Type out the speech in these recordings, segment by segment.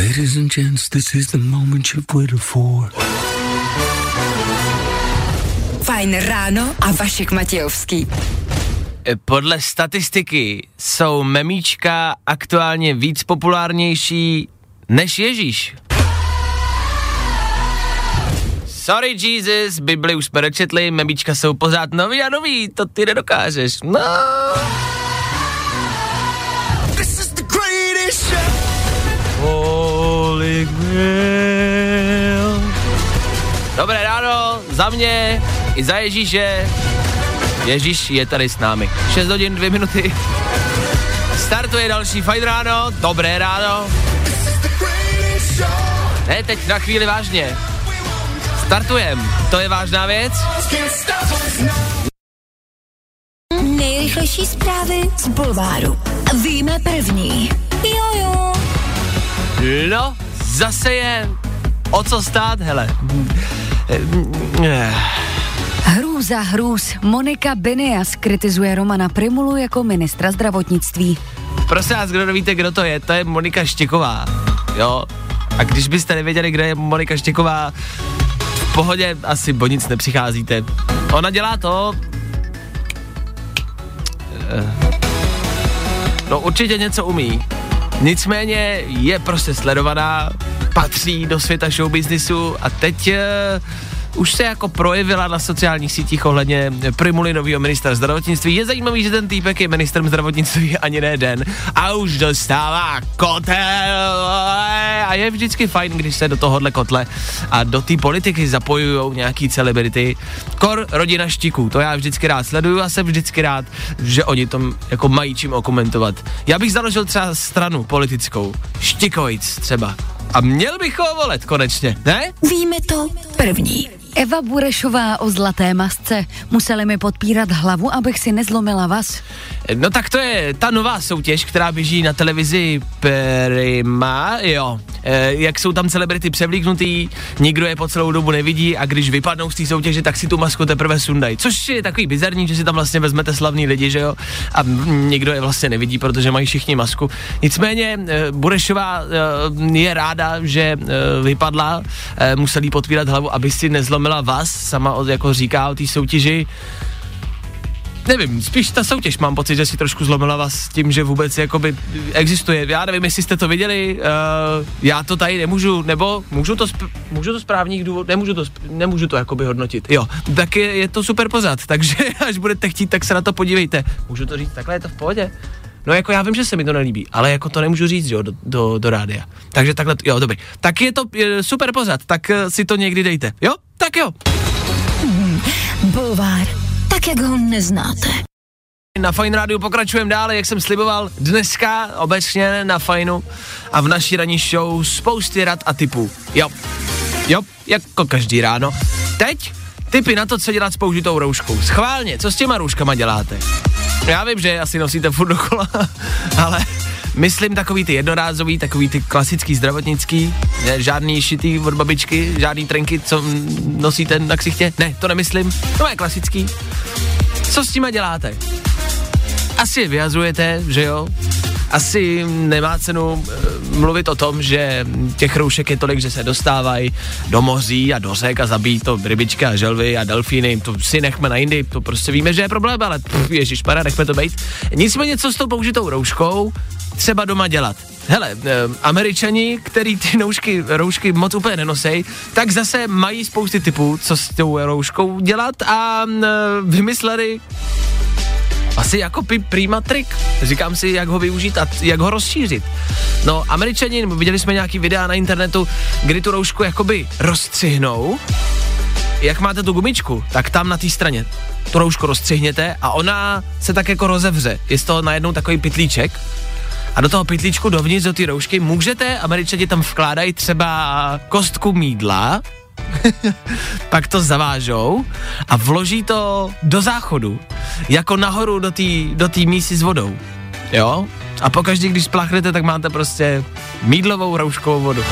Ladies and gents, this is the moment you've waited for. Fajn ráno a Vašek Matějovský. Podle statistiky jsou memíčka aktuálně víc populárnější než Ježíš. Sorry Jesus, Bibli už jsme dočetli, memíčka jsou pořád nový a nový, to ty nedokážeš. No. Holy Grail. Dobré ráno, za mě i za Ježíše. Ježíš je tady s námi. 6 hodin, 2 minuty. Startuje další Fajn ráno, dobré ráno. Ne, teď na chvíli vážně. Startujem, to je vážná věc. Nejrychlejší zprávy z bulváru. Víme první. Jojo. No, zase je o co stát, hele. Hrůz. Monika Binias kritizuje Romana Prymulu jako ministra zdravotnictví. Prosím vás, kdo nevíte, kdo to je Monika Štěková, jo. A když byste nevěděli, kdo je Monika Štěková, v pohodě asi o nic nepřicházíte. Ona dělá to... No určitě něco umí. Nicméně je prostě sledovaná, patří do světa showbiznisu a teď už se jako projevila na sociálních sítích ohledně Prymuly, novýho ministra zdravotnictví. Je zajímavý, že ten týpek je ministrem zdravotnictví ani ne den a už dostává kotel a je vždycky fajn, když se do tohohle kotle a do té politiky zapojujou nějaký celebrity. Kor rodina Štíků, to já vždycky rád sleduju a jsem vždycky rád, že oni tom jako mají čím okomentovat. Já bych založil třeba stranu politickou, Štikovic třeba. A měl bych ho volet konečně, ne? Víme to první. Eva Burešová o zlaté masce. Museli mi podpírat hlavu, abych si nezlomila vaz. No tak to je ta nová soutěž, která běží na televizi Prima, jo. Jak jsou tam celebrity převlíknutý, nikdo je po celou dobu nevidí a když vypadnou z té soutěže, tak si tu masku teprve sundají. Což je takový bizarní, že si tam vlastně vezmete slavný lidi, že jo, a nikdo je vlastně nevidí, protože mají všichni masku. Nicméně Burešová je ráda, že vypadla, museli podpírat hlavu, aby si nezlomila vaz, sama jako říká o té soutěži. Nevím, spíš ta soutěž, mám pocit, že si trošku zlomila vás tím, že vůbec jakoby existuje. Já nevím, jestli jste to viděli, já to tady nemůžu, nebo můžu to z právních důvodů, nemůžu to jakoby hodnotit. Jo, tak je to super pořad, takže až budete chtít, tak se na to podívejte. Můžu to říct, takhle je to v pohodě? No jako já vím, že se mi to nelíbí, ale jako to nemůžu říct, jo, do rádia. Takže takhle, jo, dobrý. Tak je to super pořad, tak si to někdy dejte, jo? Tak jo. Bulvár, tak jak ho neznáte. Na Fajn rádiu pokračujeme dále, jak jsem sliboval, dneska obecně na Fajnu a v naší ranní show spousty rad a tipů. Jo, jako každý ráno. Teď tipy na to, co dělat s použitou rouškou. Schválně, co s těma rouškama děláte? Já vím, že asi nosíte furt dokola, ale myslím takový ty jednorázový, takový ty klasický zdravotnický, ne, žádný šitý od babičky, žádný trenky, co nosíte na ksichtě, ne, to nemyslím, to je klasický. Co s těma děláte? Asi je vyhazujete, že jo? Asi nemá cenu mluvit o tom, že těch roušek je tolik, že se dostávají do moří a do řek a zabíjí to rybičky a želvy a delfíny, to si nechme na jindy, to prostě víme, že je problém, ale ježišmarja, nechme to být. Nicméně co s tou použitou rouškou třeba doma dělat? Hele, Američani, který ty roušky moc úplně nenosej, tak zase mají spousty typů, co s tou rouškou dělat a vymysleli asi jako prima trik. Říkám si, jak ho využít a jak ho rozšířit. No, Američani, viděli jsme nějaký videa na internetu, kdy tu roušku jakoby rozstřihnou. Jak máte tu gumičku, tak tam na té straně tu roušku rozstřihněte a ona se tak jako rozevře. Je z toho najednou takový pytlíček. A do toho pytlíčku dovnitř, do té roušky, můžete, Američani tam vkládají třeba kostku mýdla, pak to zavážou a vloží to do záchodu, jako nahoru do té mísy s vodou, jo? A pokaždý, když spláchnete, tak máte prostě mýdlovou rouškovou vodu.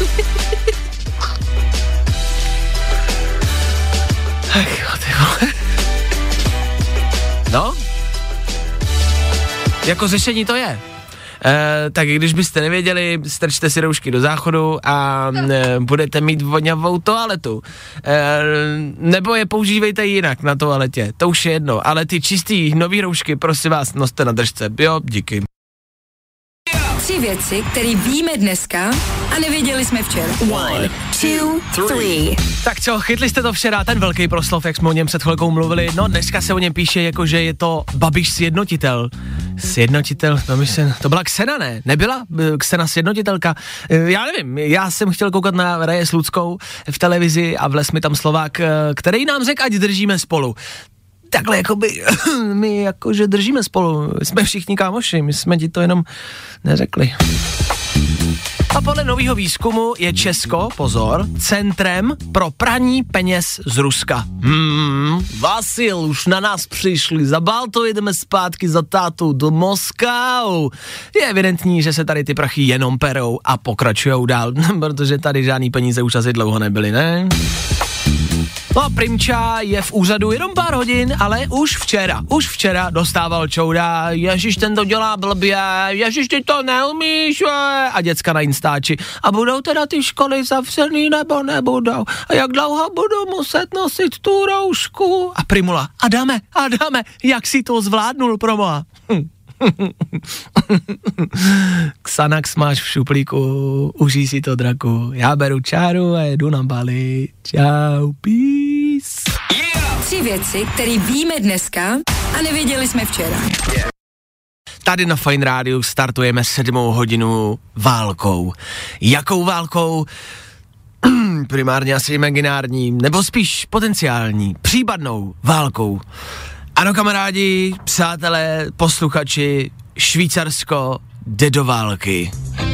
Ach jo, ty vole. No, jako řešení to je. Tak když byste nevěděli, strčte si roušky do záchodu a budete mít vonavou toaletu. Nebo je používejte jinak na toaletě, to už je jedno, ale ty čistý nový roušky, prosím vás, noste na držce. Jo, díky. 3 věci, které víme dneska a nevěděli jsme včera. 1, 2, 3. Tak co, chytli jste to včera, ten velký proslov, jak jsme o něm před chvilkou mluvili, no dneska se o něm píše jako, že je to Babiš sjednotitel. Sjednotitel, no myslím, to byla Ksena, ne? Nebyla Ksena sjednotitelka? Já nevím, já jsem chtěl koukat na Raje Sluckou v televizi a vles mi tam Slovák, který nám řekl, ať držíme spolu. Takhle jakoby, my jakože držíme spolu, jsme všichni kámoši, my jsme ti to jenom neřekli. A podle nového výzkumu je Česko, pozor, centrem pro praní peněz z Ruska. Vasil, už na nás přišli, za Baltou jedeme zpátky za tátu do Moskau. Je evidentní, že se tady ty prachy jenom perou a pokračujou dál, protože tady žádný peníze už asi dlouho nebyly, ne? No a Primča je v úřadu jenom pár hodin, ale už včera dostával čouda, ježiš, ten to dělá blbě, ježiš, ty to neumíš, a děcka na Instači. A budou teda ty školy zavřený nebo nebudou? A jak dlouho budu muset nosit tu roušku? A Primula, Adame, jak si to zvládnul, promoa? Xanax máš v šuplíku, užij si to, draku. Já beru čáru a jedu na Bali. Čau, peace. 3 věci, které víme dneska a nevěděli jsme včera. Tady na Fajn rádiu startujeme 7. hodinu válkou. Jakou válkou? Primárně asi imaginární, nebo spíš potenciální, případnou válkou. Ano, kamarádi, přátelé, posluchači, Švýcarsko jde do války.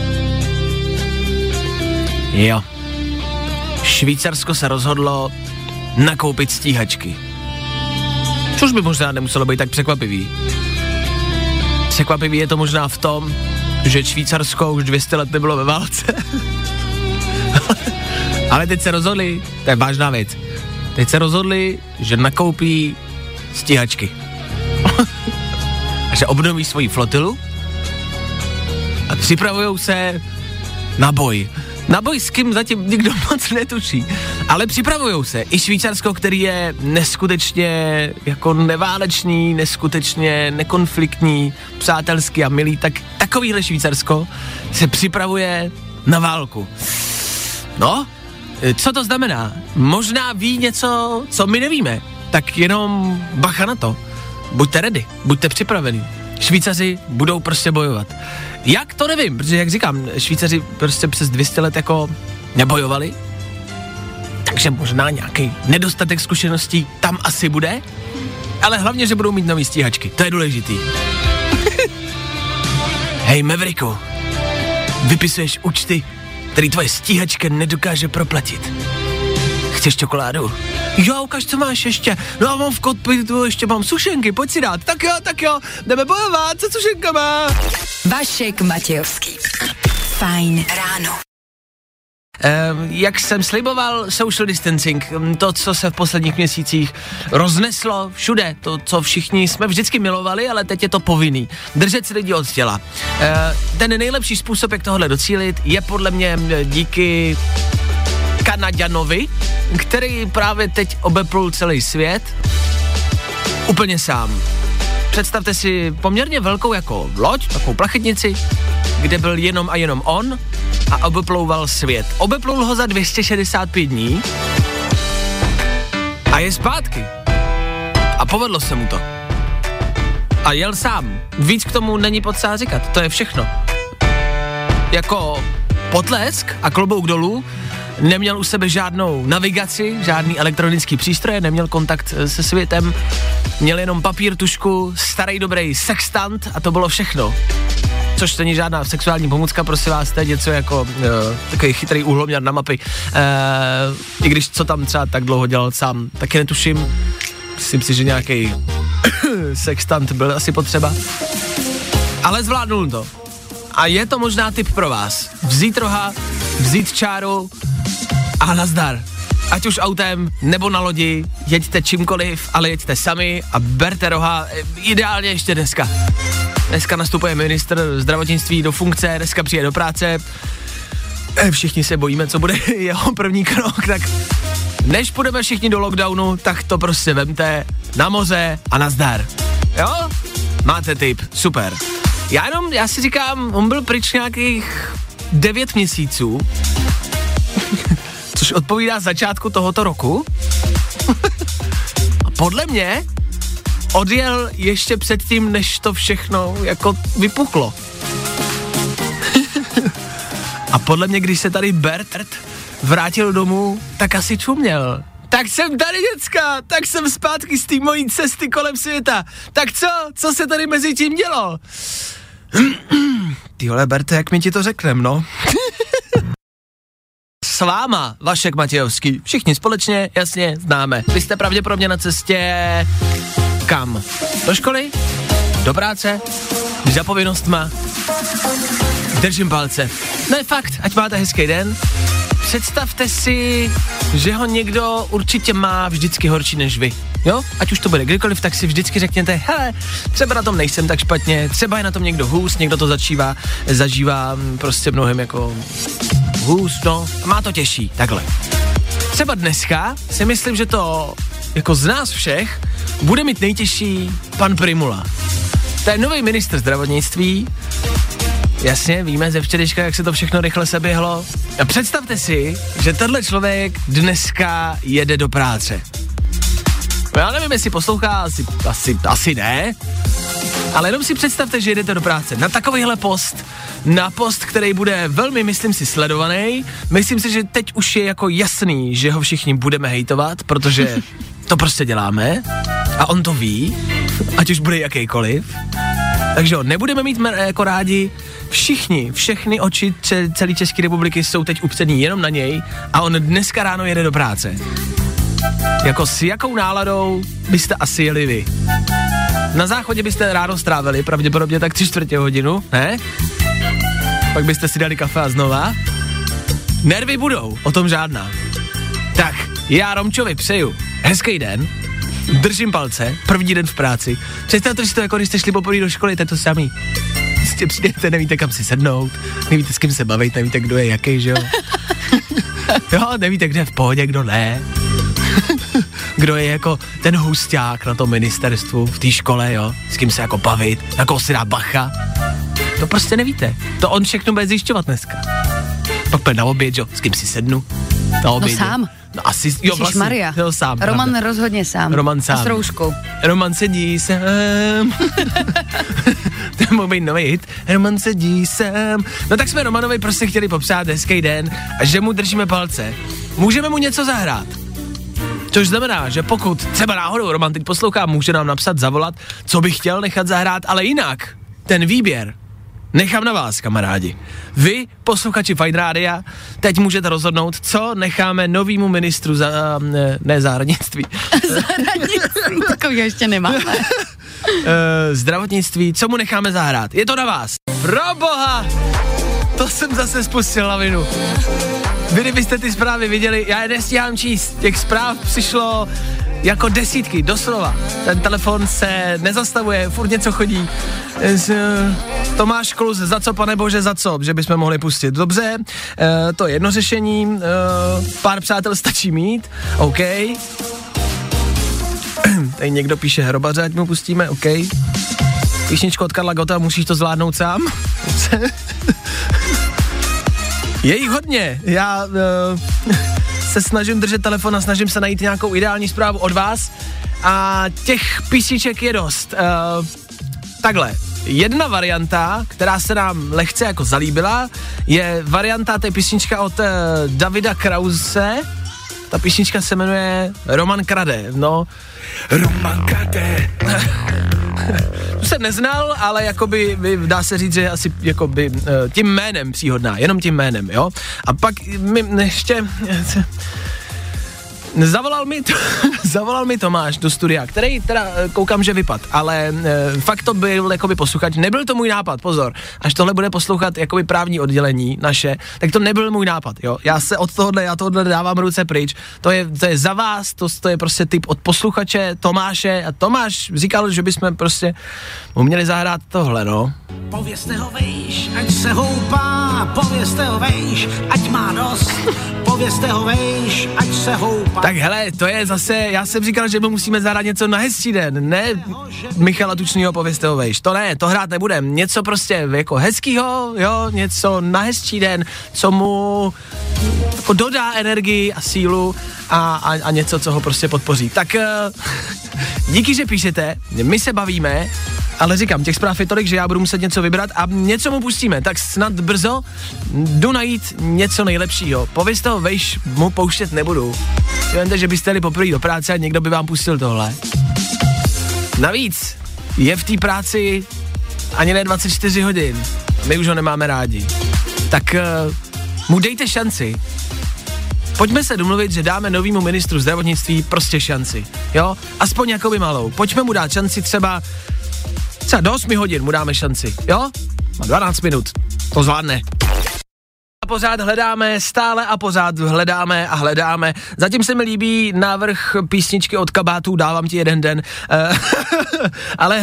Jo. Švýcarsko se rozhodlo nakoupit stíhačky. Což by možná nemuselo být tak překvapivý. Překvapivý je to možná v tom, že Švýcarsko už 200 let nebylo ve válce. Ale teď se rozhodli, to je vážná věc, teď se rozhodli, že nakoupí stíhačky. A že obnoví svoji flotilu a připravujou se na boj. Na boj s kým zatím nikdo moc netuší. Ale připravujou se. I Švýcarsko, který je neskutečně jako neválečný, neskutečně nekonfliktní, přátelský a milý, tak takovýhle Švýcarsko se připravuje na válku. No, co to znamená? Možná ví něco, co my nevíme. Tak jenom bacha na to. Buďte ready, buďte připraveni. Švýcaři budou prostě bojovat. Jak, to nevím, protože jak říkám, Švýcaři prostě přes 200 let jako nebojovali, takže možná nějaký nedostatek zkušeností tam asi bude, ale hlavně, že budou mít nový stíhačky, to je důležitý. Hej, Mavericku, vypisuješ účty, který tvoje stíhačka nedokáže proplatit. Chceš čokoládu? Jo, ukaž, co máš ještě. No a mám v kokpitu, ještě mám sušenky, pojď si dát. Tak jo, jdeme bojovat se sušenkama. Vašek Matějovský. Fajn ráno. Jak jsem sliboval, social distancing, to, co se v posledních měsících rozneslo všude, to, co všichni jsme vždycky milovali, ale teď je to povinný. Držet si lidi od těla. Ten nejlepší způsob, jak tohle docílit, je podle mě díky Kanaďanovi, který právě teď obeplul celý svět úplně sám. Představte si poměrně velkou jako loď, takovou plachetnici, kde byl jenom a jenom on a obeplouval svět. Obeplul ho za 265 dní a je zpátky. A povedlo se mu to. A jel sám. Víc k tomu není potřeba říkat, to je všechno. Jako potlesk a klobouk dolů. Neměl u sebe žádnou navigaci, žádný elektronický přístroje, neměl kontakt se světem, měl jenom papír, tužku, starý dobrý sextant a to bylo všechno. Což není žádná sexuální pomůcka, prosím vás, to je něco jako takový chytrý úhloměr na mapy. I když co tam třeba tak dlouho dělal sám, taky netuším. Myslím si, že nějaký sextant byl asi potřeba. Ale zvládnul to. A je to možná tip pro vás. Vzít roha, vzít čáru a nazdar. Ať už autem nebo na lodi, jeďte čímkoliv, ale jeďte sami a berte roha, ideálně ještě dneska. dneska nastupuje ministr zdravotnictví do funkce, dneska přijde do práce, všichni se bojíme, co bude jeho první krok, tak než půjdeme všichni do lockdownu, tak to prostě vemte na moře a nazdar. Jo? Máte tip, super. Já si říkám, on byl pryč nějakých 9 měsíců, což odpovídá začátku tohoto roku. A podle mě odjel ještě předtím, než to všechno jako vypuklo. A podle mě, když se tady Bert vrátil domů, tak asi čuměl. Tak jsem tady, děcka, tak jsem zpátky z té mojí cesty kolem světa. Tak co se tady mezi tím dělo? Tyhle, Berte, jak mi ti to řeknem, no? S váma, Vašek Matějovský. Všichni společně, jasně, známe. Vy jste pravděpodobně na cestě... Kam? Do školy? Do práce? Za povinnostma? Držím palce. Ne, fakt, ať máte hezký den. Představte si, že ho někdo určitě má vždycky horší než vy. Jo? Ať už to bude kdykoliv, tak si vždycky řekněte, hele, třeba na tom nejsem tak špatně, třeba je na tom někdo hůř, někdo to zažívá prostě mnohem jako hůř, no, a má to těžší, takhle. Třeba dneska si myslím, že to jako z nás všech bude mít nejtěžší pan Prymula. To je nový ministr zdravotnictví. Jasně, víme ze včerejška, jak se to všechno rychle seběhlo. A představte si, že tenhle člověk dneska jede do práce. Já nevím, jestli poslouchá, asi ne, ale jenom si představte, že jedete do práce na takovýhle post, na post, který bude velmi, myslím si, sledovaný. Myslím si, že teď už je jako jasný, že ho všichni budeme hejtovat, protože to prostě děláme a on to ví, ať už bude jakýkoliv. Takže nebudeme mít jako rádi, všechny oči celé České republiky jsou teď upřený jenom na něj a on dneska ráno jede do práce. Jako s jakou náladou byste asi jeli vy? Na záchodě byste ráno strávili pravděpodobně tak 3/4 hodinu, ne? Pak byste si dali kafe a znova? Nervy budou, o tom žádná. Tak, já Romčovi přeju hezký den, držím palce, první den v práci. Představte si to, jako když jste šli poprvé do školy, to je to samý. Prostě přijdete, nevíte kam si sednout, nevíte s kým se bavit, nevíte kdo je jaký, že jo? Jo, nevíte, kde je v pohodě, kdo ne. Kdo je jako ten husťák na tom ministerstvu, v té škole, jo, s kým se jako bavit, na koho si dá bacha. To prostě nevíte. To on všechno bude zjišťovat dneska. Pak půjde na oběd, jo, s kým si sednu. Na oběd. No sám. No asi, jo, vlastně. Maria. Jo, sám. Roman pravda. rozhodně sám. Roman sám. A s rouškou. Roman sedí sám. To může být nový hit. Roman sedí sám. No tak jsme Romanovi prostě chtěli popřát hezký den a že mu držíme palce. Můžeme mu něco zahrát. Což znamená, že pokud třeba náhodou Roman teď poslouchá, může nám napsat, zavolat, co by chtěl nechat zahrát, ale jinak ten výběr nechám na vás, kamarádi. Vy, posluchači Fajn Rádia, teď můžete rozhodnout, co necháme novýmu ministru zahraničí. Zahraničí, takový ještě nemáme. Zdravotnictví, co mu necháme zahrát? Je to na vás. Proboha! To jsem zase spustil lavinu. Vy, kdybyste ty zprávy viděli, já je nestíhám číst. Těch zpráv přišlo jako desítky, doslova. Ten telefon se nezastavuje, furt něco chodí. Tomáš Klus, za co, pane bože, za co? Že bychom mohli pustit. Dobře, to je jedno řešení, pár přátel stačí mít, OK. Tady někdo píše hrobaře, ať mu pustíme, OK. Píšničko od Karla Gotta, musíš to zvládnout sám. Je jich hodně, já se snažím držet telefon a snažím se najít nějakou ideální zprávu od vás a těch písniček je dost. Takhle, jedna varianta, která se nám lehce jako zalíbila, je varianta té písnička od Davida Krause. Ta písnička se jmenuje Roman krade, no. Roman krade. To jsem neznal, ale jakoby dá se říct, že je asi jakoby tím jménem příhodná, jenom tím jménem, jo. A pak mi ještě Zavolal mi Tomáš do studia, který teda koukám, že vypad, ale fakt to byl jakoby posluchač, nebyl to můj nápad, pozor, až tohle bude poslouchat jakoby právní oddělení naše, tak to nebyl můj nápad, jo, já tohle dávám ruce pryč, to je za vás, to je prostě tip od posluchače Tomáše a Tomáš říkal, že bychom prostě uměli zahrát tohle, no. Povězte ho vejš, ať se houpá, povězte ho vejš, ať má dost, povězte ho vejš, ať se houpá. Tak hele, to je zase, já jsem říkal, že my musíme zahrát něco na hezčí den, ne Michala Tučnýho povězte ho vejš, to hrát nebudem, něco prostě jako hezkýho, jo, něco na hezčí den, co mu jako dodá energii a sílu a něco, co ho prostě podpoří. Tak díky, že píšete, my se bavíme, ale říkám, těch zpráv je tolik, že já budu muset něco vybrat a něco mu pustíme, tak snad brzo jdu najít něco nejlepšího. Povězte ho vejš, mu pouštět nebudu. Víte, že byste jeli poprvé do práce a někdo by vám pustil tohle. Navíc je v té práci ani ne 24 hodin. My už ho nemáme rádi. Tak mu dejte šanci. Pojďme se domluvit, že dáme novýmu ministru zdravotnictví prostě šanci. Jo? Aspoň jakoby malou. Pojďme mu dát šanci třeba do 8 hodin mu dáme šanci. Jo? Má 12 minut. To zvládne. A pořád hledáme, stále a pořád hledáme a hledáme. Zatím se mi líbí návrh písničky od Kabátů, dávám ti jeden den. Ale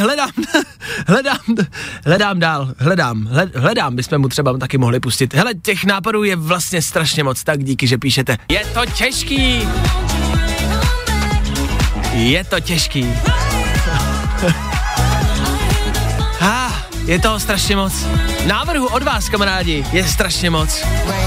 hledám, bychom mu třeba taky mohli pustit. Hele, těch nápadů je vlastně strašně moc, tak díky, že píšete. Je to těžký. Je toho strašně moc. Návrhu od vás, kamarádi, je strašně moc.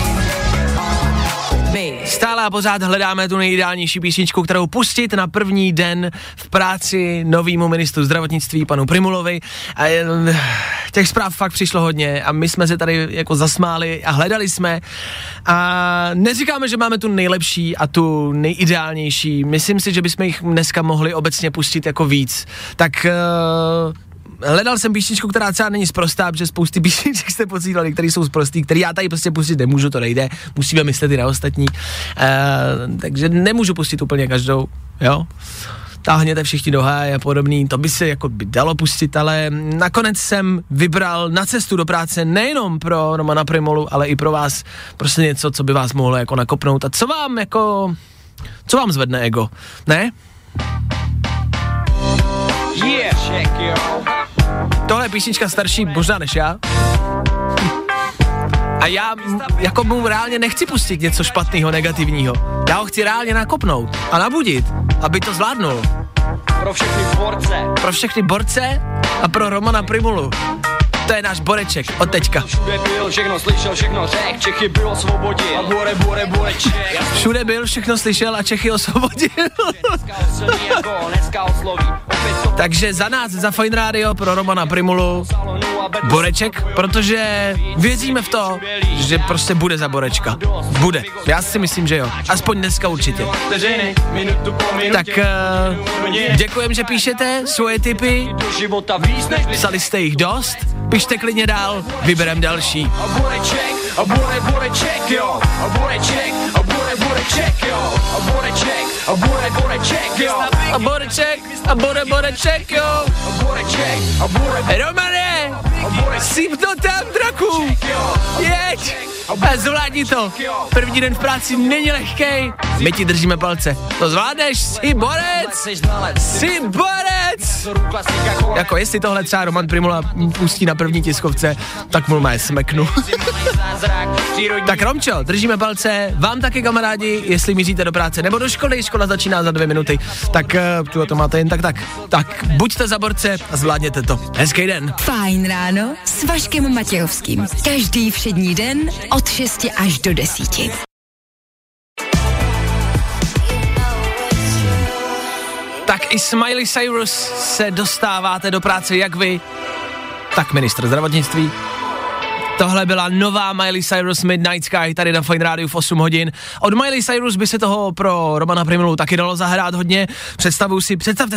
Stále a pořád hledáme tu nejideálnější písničku, kterou pustit na první den v práci novýmu ministru zdravotnictví, panu Primulovi. A těch zpráv fakt přišlo hodně a my jsme se tady jako zasmáli a hledali jsme. A neříkáme, že máme tu nejlepší a tu nejideálnější. Myslím si, že bychom jich dneska mohli obecně pustit jako víc. Tak hledal jsem písničku, která třeba není sprostá, protože spousty písniček jste posílali, které jsou sprostý, které já tady prostě pustit nemůžu, to nejde, musíme myslet i na ostatní, takže nemůžu pustit úplně každou, jo. Táhněte všichni do háje a podobný, to by se jako by dalo pustit, ale nakonec jsem vybral na cestu do práce nejenom pro Romana Primulu, ale i pro vás prostě něco, co by vás mohlo jako nakopnout a co vám zvedne ego, ne? Tohle je písnička starší možná než já. A já jako mu reálně nechci pustit něco špatného, negativního. Já ho chci reálně nakopnout a nabudit, aby to zvládnul. Pro všechny borce a pro Romana Primulu. To je náš boreček od teďka. Všude byl, všechno slyšel a Čechy osvobodil. Takže za nás, za Fajn Radio, pro Romana Primulu boreček, protože věříme v to, že prostě bude za borečka. Bude. Já si myslím, že jo. Aspoň dneska určitě. Tak děkujem, že píšete svoje tipy. Psali jste jich dost. Pište klidně dál, vyberem další. Boreček, jo. Romane, syp to tam, draku. Jeď. A zvládni to. První den v práci není lehkej. My ti držíme palce. To zvládneš, jsi borec. Jsi borec. Jako jestli tohle třeba Roman Primula pustí na první tiskovce, tak mu má smeknu. Tak Romčo, držíme palce. Vám taky, kamarádi, jestli míříte do práce nebo do školy, škola začíná za 2 minuty, tak to máte jen tak. Tak buďte za borce a zvládněte to. Hezký den. Fajn ráno s Vaškem Matějovským. Každý všední den od 6 až do 10. Tak i s Miley Cyrus se dostáváte do práce jak vy, tak ministr zdravotnictví. Tohle byla nová Miley Cyrus Midnight Sky tady na Fine Radio v 8 hodin. Od Miley Cyrus by se toho pro Romana Prymulu taky dalo zahrát hodně. Představte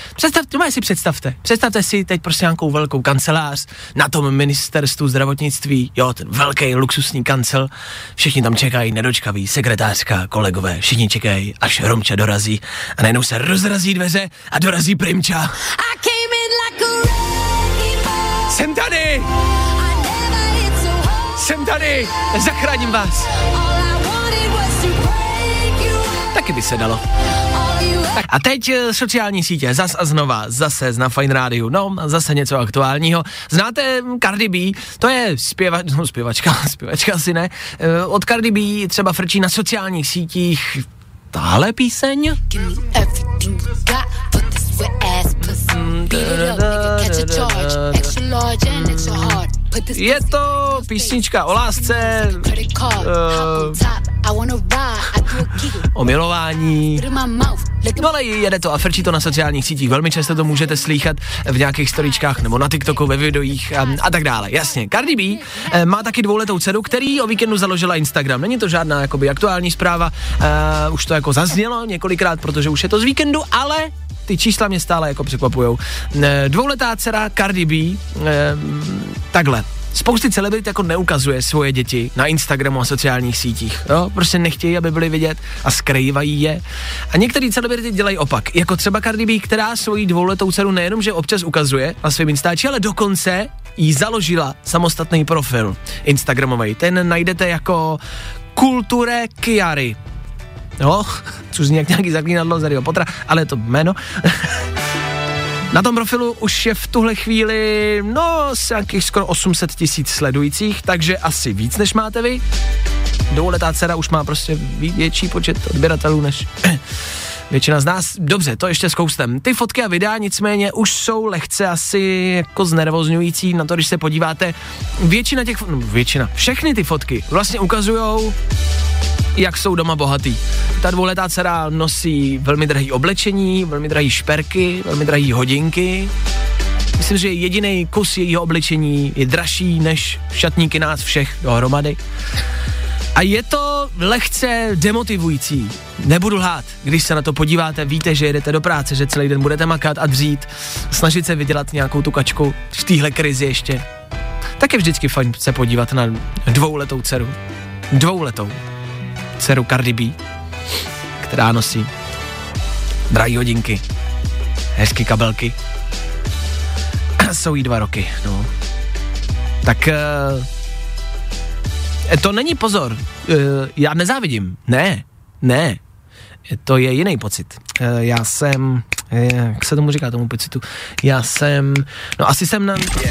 si teď prostě nějakou velkou kancelář na tom ministerstvu zdravotnictví, jo, ten velký luxusní kancel. Všichni tam čekají, nedočkaví, sekretářka, kolegové, všichni čekají, až Romča dorazí a najednou se rozrazí dveře a dorazí Primča. Jsem tady, zachráním vás. Taky by se dalo. Tak a teď sociální sítě, zas a znova, zase na Fine Radio, no zase něco aktuálního. Znáte Cardi B? To je zpěvačka asi ne. Od Cardi B třeba frčí na sociálních sítích tahle píseň. Je to písnička o lásce, o milování, no ale jede to a frčí to na sociálních sítích. Velmi často to můžete slýchat v nějakých storičkách nebo na TikToku, ve videích a tak dále. Jasně, Cardi B má taky 2letou dceru, který o víkendu založila Instagram. Není to žádná jakoby aktuální zpráva, už to jako zaznělo několikrát, protože už je to z víkendu, ale ty čísla mě stále jako překvapujou. 2letá dcera Cardi B, takhle. Spousty celebrit jako neukazuje svoje děti na Instagramu a sociálních sítích. Jo? Prostě nechtějí, aby byly vidět a skrývají je. A některé celebrity dělají opak. Jako třeba Cardi B, která svoji 2letou dceru nejenom, že občas ukazuje na svém Instači, ale dokonce jí založila samostatný profil Instagramový. Ten najdete jako Kulture Chiari. Jo, což zní jak nějaký zaklínadlo z Harryho Pottera, ale je to jméno. Na tom profilu už je v tuhle chvíli, s nějakých skoro 800 000 sledujících, takže asi víc, než máte vy. 2letá dcera už má prostě větší počet odběratelů, než většina z nás. Dobře, to ještě zkoustem. Ty fotky a videa nicméně už jsou lehce asi jako znervozňující na to, když se podíváte. Všechny ty fotky vlastně ukazujou, jak jsou doma bohatý. Ta 2letá dcera nosí velmi drahý oblečení, velmi drahý šperky, velmi drahý hodinky. Myslím, že jediný kus jejího oblečení je dražší než šatníky nás všech dohromady. A je to lehce demotivující. Nebudu lhát, když se na to podíváte, víte, že jedete do práce, že celý den budete makat a dřít, snažit se vydělat nějakou tu kačku v téhle krizi ještě. Tak je vždycky fajn se podívat na 2letou dceru. 2letou dceru Cardi B, která nosí drahý hodinky, hezky kabelky. Jsou jí 2 roky, no. Tak to není pozor, já nezávidím, ne, to je jiný pocit. Já jsem, jak se tomu říká tomu pocitu, asi jsem na...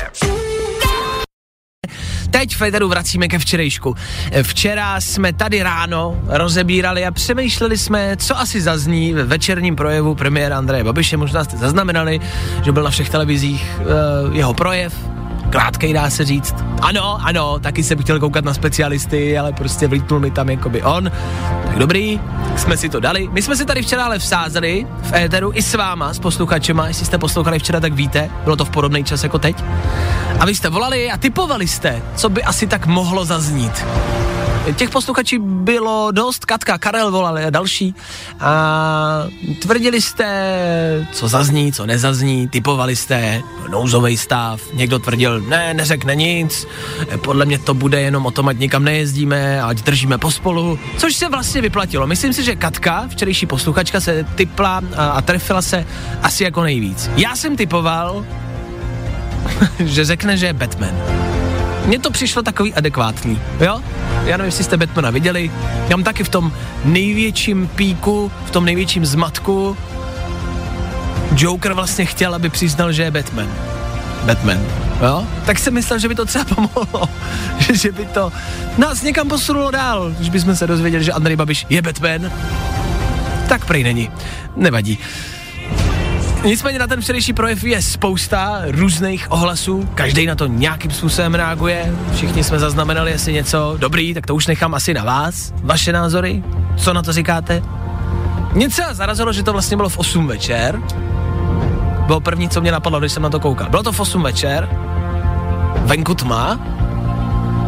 Teď v Féteru vracíme ke včerejšku. Včera jsme tady ráno rozebírali a přemýšleli jsme, co asi zazní ve večerním projevu premiéra Andreje Babiše. Možná jste zaznamenali, že byl na všech televizích jeho projev. Krátkej, dá se říct. Ano, taky jsem chtěl koukat na specialisty, ale prostě vlítnul mi tam jakoby on. Tak dobrý, jsme si to dali. My jsme si tady včera ale vsázeli v éteru i s váma, s posluchačema. Jestli jste poslouchali včera, tak víte, bylo to v podobný čas jako teď. A vy jste volali a tipovali jste, co by asi tak mohlo zaznít. Těch posluchačů bylo dost, Katka, Karel volali a další. A tvrdili jste, co zazní, co nezazní, tipovali jste, nouzový stav, někdo tvrdil, neřekne nic, podle mě to bude jenom o tom, ať nikam nejezdíme, ať držíme pospolu, což se vlastně vyplatilo. Myslím si, že Katka, včerejší posluchačka, se tipla a trefila se asi jako nejvíc. Já jsem tipoval, že řekne, že je Batman. Mně to přišlo takový adekvátní, jo? Já nevím, jestli jste Batmana viděli, já mám taky v tom největším píku, v tom největším zmatku. Joker vlastně chtěl, aby přiznal, že je Batman, jo? Tak jsem myslel, že by to třeba pomohlo, že by to nás někam posunulo dál, když bychom se dozvěděli, že Andrej Babiš je Batman. Tak prej není, nevadí. Nicméně na ten včerejší projev je spousta různých ohlasů, každý na to nějakým způsobem reaguje, všichni jsme zaznamenali asi něco dobrý, tak to už nechám asi na vás, vaše názory, co na to říkáte? Mě třeba zarazilo, že to vlastně bylo v 8 večer, bylo první, co mě napadlo, když jsem na to koukal, bylo to v 8 večer, venku tma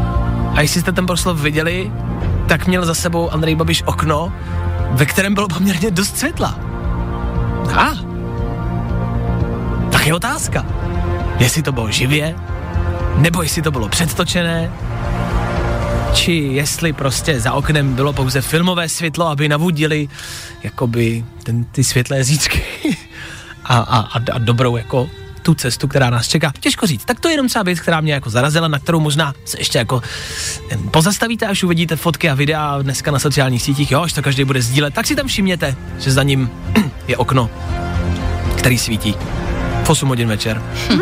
A jestli jste ten proslov viděli, tak měl za sebou Andrej Babiš okno, ve kterém bylo poměrně dost světla. Tak je otázka, jestli to bylo živě, nebo jestli to bylo předtočené, či jestli prostě za oknem bylo pouze filmové světlo, aby navodili jakoby ty světlé zítřky a dobrou jako tu cestu, která nás čeká. Těžko říct. Tak to je jenom třeba věc, která mě jako zarazila, na kterou možná se ještě jako pozastavíte, až uvidíte fotky a videa dneska na sociálních sítích, jo, až to každý bude sdílet, tak si tam všimněte, že za ním je okno, který svítí v 8 hodin večer.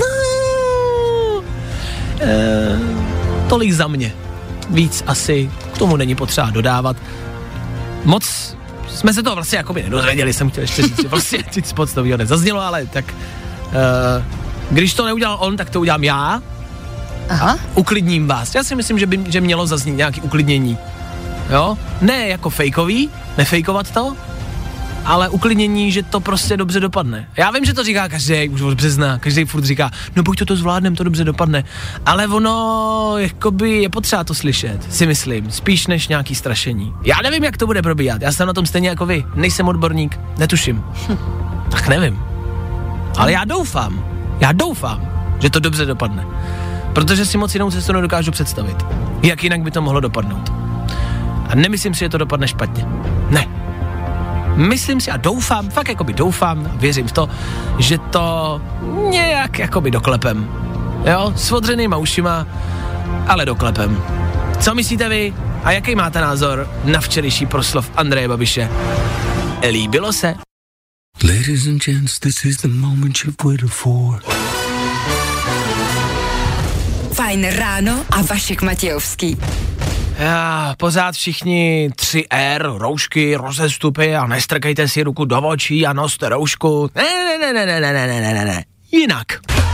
Tolik za mě. Víc asi k tomu není potřeba dodávat. Moc jsme se toho vlastně jakoby nedozvěděli, jsem chtěl ještě říct, že vlastně nic moc toho nezaznělo, ale tak když to neudělal on, tak to udělám já. Aha. Uklidním vás. Já si myslím, že mělo zaznít nějaký uklidnění. Jo? Ne jako fejkový, nefejkovat to, ale uklidnění, že to prostě dobře dopadne. Já vím, že to říká každý, už od března, každý furt říká, no buď to zvládnem, to dobře dopadne. Ale ono, jakoby je potřeba to slyšet, si myslím, spíš než nějaký strašení. Já nevím, jak to bude probíhat, já jsem na tom stejně jako vy, nejsem odborník, netuším. Tak nevím. Ale já doufám, že to dobře dopadne. Protože si moc jinou cestu nedokážu představit. Jak jinak by to mohlo dopadnout. A nemyslím si, že to dopadne špatně. Ne. Myslím si a doufám, fakt jakoby doufám, věřím v to, že to nějak jakoby doklepem. Jo, s odřenýma ušima, ale doklepem. Co myslíte vy a jaký máte názor na včerejší proslov Andreje Babiše? Líbilo se? Ladies and gents, this is the moment you've waited for. Fajn ráno a Vašek Matějovský. Pořád všichni 3R, roušky, rozestupy a nestrkejte si ruku do očí a noste roušku. Ne. Jinak.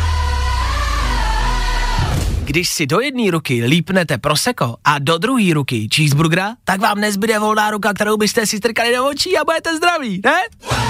Když si do jedné ruky lípnete prosecco a do druhé ruky cheeseburgera, tak vám nezbyde volná ruka, kterou byste si strkali do očí a budete zdraví, ne?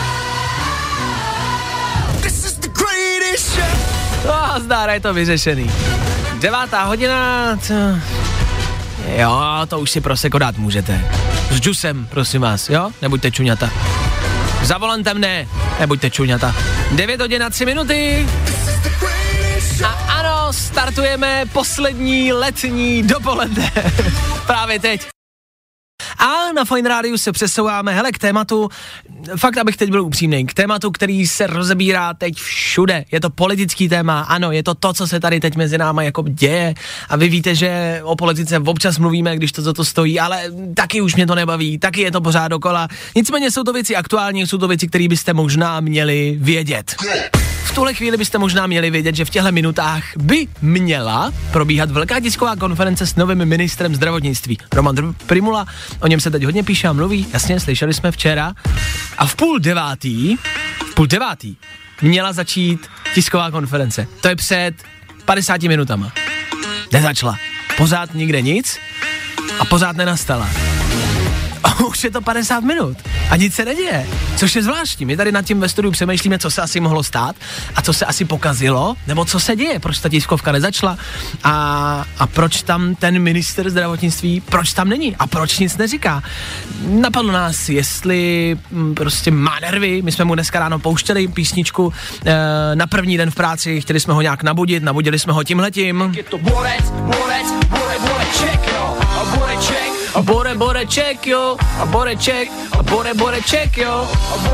Zdár, je to vyřešený. 9. hodina, jo, to už si prosecco dát můžete. S džusem, prosím vás, jo? Nebuďte čuňata. Za volantem ne, nebuďte čuňata. 9 hodin a 3 minuty. A ano, startujeme poslední letní dopoledne. Právě teď. A na Fajn rádiu se přesouváme, hele, k tématu, fakt, abych teď byl upřímný, k tématu, který se rozebírá teď všude. Je to politický téma, ano, je to, co se tady teď mezi náma jako děje. A vy víte, že o politice občas mluvíme, když to za to stojí, ale taky už mě to nebaví, taky je to pořád dokola. Nicméně jsou to věci aktuální, jsou to věci, které byste možná měli vědět. V tuhle chvíli byste možná měli vědět, že v těchto minutách by měla probíhat velká tisková konference s novým ministrem zdravotnictví. Roman Prymula, o něm se teď hodně píše a mluví, jasně, slyšeli jsme včera. A v půl devátý měla začít tisková konference. To je před 50 minutama. Nezačala. Pořád nikde nic a pořád nenastala. Už je to 50 minut a nic se neděje, což je zvláštní. My tady nad tím ve studiu přemýšlíme, co se asi mohlo stát a co se asi pokazilo, nebo co se děje, proč ta tiskovka nezačala a proč tam ten ministr zdravotnictví, proč tam není a proč nic neříká. Napadlo nás, jestli prostě má nervy, my jsme mu dneska ráno pouštěli písničku na první den v práci, chtěli jsme ho nějak nabudili jsme ho tímhletím. Je to borec, check, jo, Bore check, jo, a bore check, jo,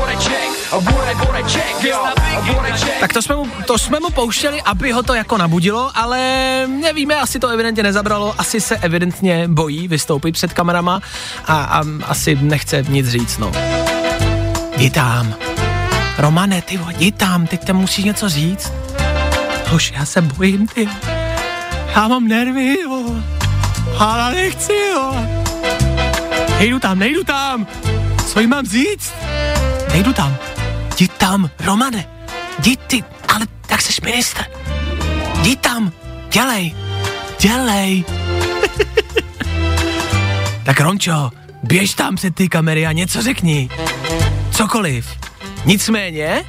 Tak to jsme mu pouštěli, aby ho to jako nabudilo, ale nevíme, asi to evidentně nezabralo, asi se evidentně bojí vystoupit před kamerama a asi nechce nic říct, no. Jdi tam. Romane, ty jdi tam, teď tam musíš něco říct. Hoši, já se bojím, ty. Já mám nervy, jo. Ale nechci, jo. Nejdu tam. Co jim mám říct? Nejdu tam. Jdi tam, Romane. Jdi ty, ale tak seš ministr. Jdi tam. Dělej. Tak Rončo, běž tam před ty kamery a něco řekni. Cokoliv. Nicméně,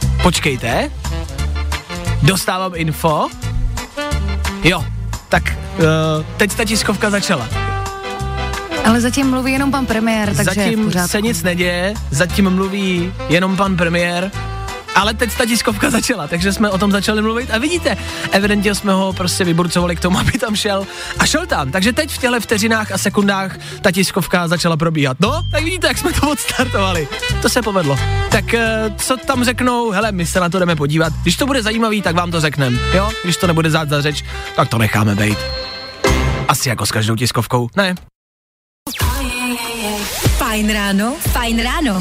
počkejte. Dostávám info. Jo, tak teď ta tiskovka začala. Ale zatím mluví jenom pan premiér, takže zatím se nic neděje, zatím mluví jenom pan premiér, ale teď ta tiskovka začala, takže jsme o tom začali mluvit a vidíte, evidentně jsme ho prostě vyburcovali k tomu, aby tam šel a šel tam, takže teď v těchto vteřinách a sekundách ta tiskovka začala probíhat. No, tak vidíte, jak jsme to odstartovali, to se povedlo. Tak co tam řeknou, hele, my se na to jdeme podívat, když to bude zajímavý, tak vám to řekneme, jo, když to nebude zát za řeč, tak to necháme bejt. Asi jako s každou tiskovkou, ne? Fajn ráno, fajn ráno.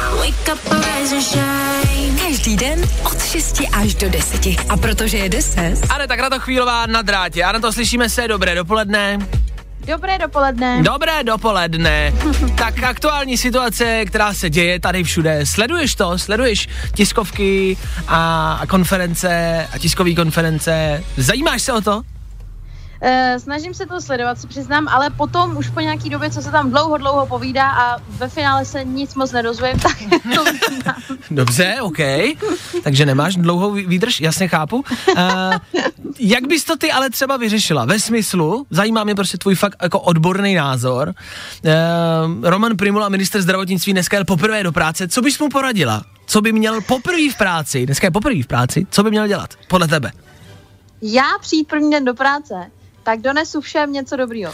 Každý den od 6 až do 10. A protože je 10. Aneta Kratochvílová na drátě. Ano, to slyšíme se, dobré dopoledne. Dobré dopoledne. Dobré dopoledne. Tak aktuální situace, která se děje tady všude. Sleduješ to? Sleduješ tiskovky a konference a tiskové konference? Zajímáš se o to? Snažím se to sledovat, si přiznám, ale potom už po nějaký době, co se tam dlouho povídá a ve finále se nic moc nedozvím, tak to vyznám. Dobře, OK. Takže nemáš dlouhou výdrž, jasně chápu. Jak bys to ty ale třeba vyřešila? Ve smyslu, zajímá mě prostě tvůj fakt jako odborný názor. Roman Prymula, ministr zdravotnictví, dneska jel poprvé do práce. Co bys mu poradila? Co by měl poprvé v práci? Dneska je poprvé v práci. Co by měl dělat? Podle tebe. Já přijít první den do práce, tak donesu všem něco dobrýho.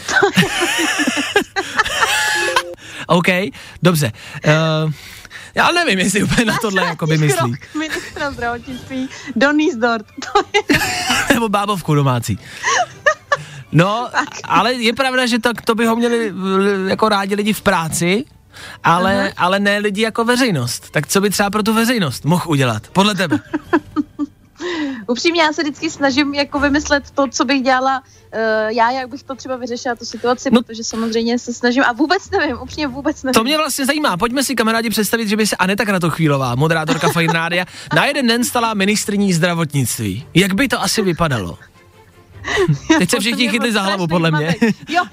OK, dobře. Já nevím, jestli úplně na tohle jakoby myslí. Ministra zdravotnictví, donést dort. Nebo bábovku domácí. No, ale je pravda, že to by ho měli jako rádi lidi v práci, ale ne lidi jako veřejnost. Tak co by třeba pro tu veřejnost mohl udělat? Podle tebe. Upřímně, já se vždycky snažím jako vymyslet to, co bych dělala jak bych to třeba vyřešila tu situaci, protože samozřejmě se snažím a vůbec nevím, upřímně vůbec nevím. To mě vlastně zajímá, pojďme si kamarádi představit, že by se Aneta Kratochvílová, moderátorka Fajn rádia, na jeden den stala ministryní zdravotnictnictví. Jak by to asi vypadalo? Teď se všichni chytli za hlavu, podle mě. Jo.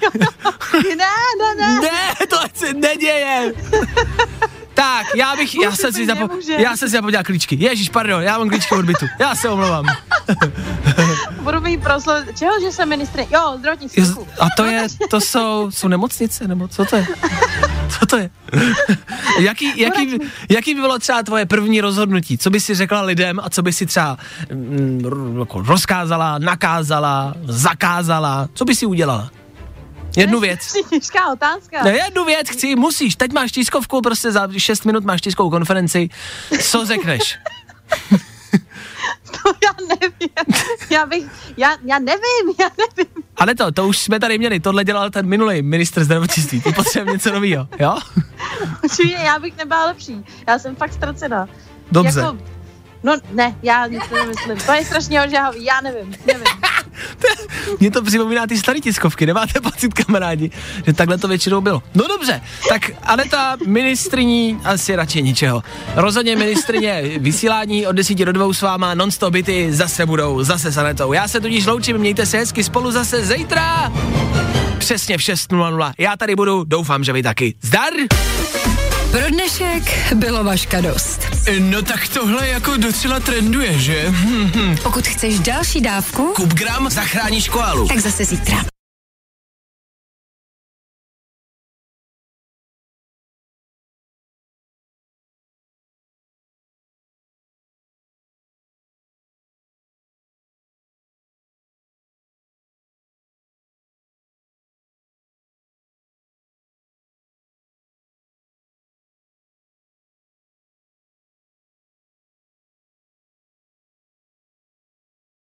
Ne, to se neděje. Tak, já jsem si zapomněl klíčky. Ježíš, pardon, já mám klíčky od bytu. Já se omlouvám. Budu mít proslov, čeho, že jsem ministr? Jo, zdravotnictví. A to jsou nemocnice, nebo co to je? Co to je? Jaký by bylo třeba tvoje první rozhodnutí? Co by si řekla lidem a co by si třeba rozkázala, nakázala, zakázala? Co by si udělala? Jednu věc. Těžká otázka. Ne, jednu věc musíš. Teď máš tiskovku, prostě za 6 minut máš tiskovou konferenci. Co řekneš? To já nevím. Já nevím. Ale to už jsme tady měli. Tohle dělal ten minulý ministr zdravotnictví. Ty potřebujeme něco novýho, jo? Určitě, já bych nebyla lepší. Já jsem fakt ztracená. Dobře. Já nic nemyslím. To je strašně ožáhavý, já nevím. Mně to připomíná ty staré tiskovky, nemáte pocit, kamarádi, že takhle to většinou bylo. No dobře, tak Aneta ministryní asi radši ničeho. Rozhodně ministryně vysílání od 10 do 2 s váma, non-stop byty zase budou, zase s Anetou. Já se tudíž loučím, mějte se hezky, spolu zase zítra. Přesně v 6:00. Já tady budu, doufám, že vy taky. Zdar! Pro dnešek bylo Vaška dost. No tak tohle jako docela trenduje, že? Pokud chceš další dávku, Kupgram zachráníš koalu. tak zase zítra.